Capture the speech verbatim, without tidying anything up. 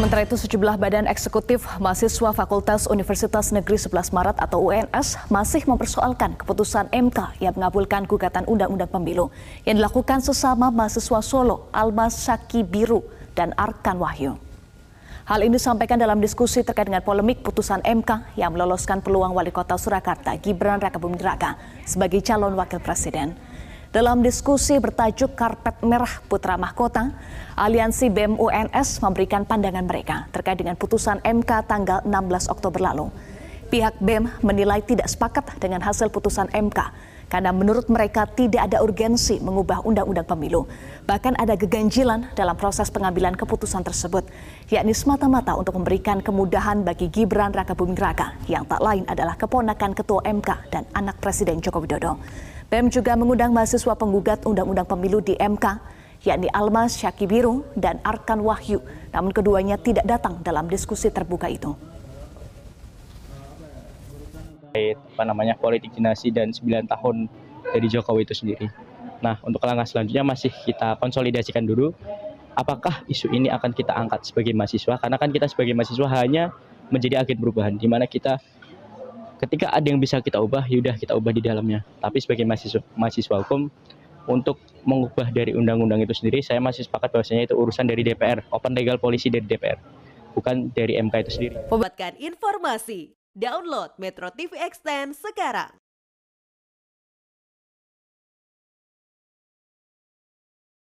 Sementara itu, sejumlah badan eksekutif mahasiswa Fakultas Universitas Negeri sebelas Maret atau U N S masih mempersoalkan keputusan M K yang mengabulkan gugatan Undang-Undang Pemilu yang dilakukan sesama mahasiswa Solo, Almas Syaki Biru dan Arkan Wahyu. Hal ini disampaikan dalam diskusi terkait dengan polemik putusan M K yang meloloskan peluang Wali Kota Surakarta Gibran Rakabuming Raka sebagai calon wakil presiden. Dalam diskusi bertajuk Karpet Merah Putra Mahkota, Aliansi B E M U N S memberikan pandangan mereka terkait dengan putusan M K tanggal enam belas Oktober lalu. Pihak B E M menilai tidak sepakat dengan hasil putusan M K karena menurut mereka tidak ada urgensi mengubah Undang-Undang Pemilu. Bahkan ada geganjilan dalam proses pengambilan keputusan tersebut, yakni semata-mata untuk memberikan kemudahan bagi Gibran Rakabuming Raka yang tak lain adalah keponakan Ketua M K dan anak Presiden Joko Widodo. B E M juga mengundang mahasiswa penggugat Undang-Undang Pemilu di M K, yakni Almas Syaki Biru dan Arkan Wahyu, namun keduanya tidak datang dalam diskusi terbuka itu. Apa namanya politik dinasti dan sembilan tahun dari Jokowi itu sendiri. Nah, untuk langkah selanjutnya masih kita konsolidasikan dulu. Apakah isu ini akan kita angkat sebagai mahasiswa? Karena kan kita sebagai mahasiswa hanya menjadi agen perubahan, di mana kita ketika ada yang bisa kita ubah, yaudah kita ubah di dalamnya. Tapi sebagai mahasiswa, mahasiswa hukum, untuk mengubah dari undang-undang itu sendiri, saya masih sepakat bahwasanya itu urusan dari D P R, open legal policy dari D P R, bukan dari M K itu sendiri. Dapatkan informasi, download Metro T V Extend sekarang.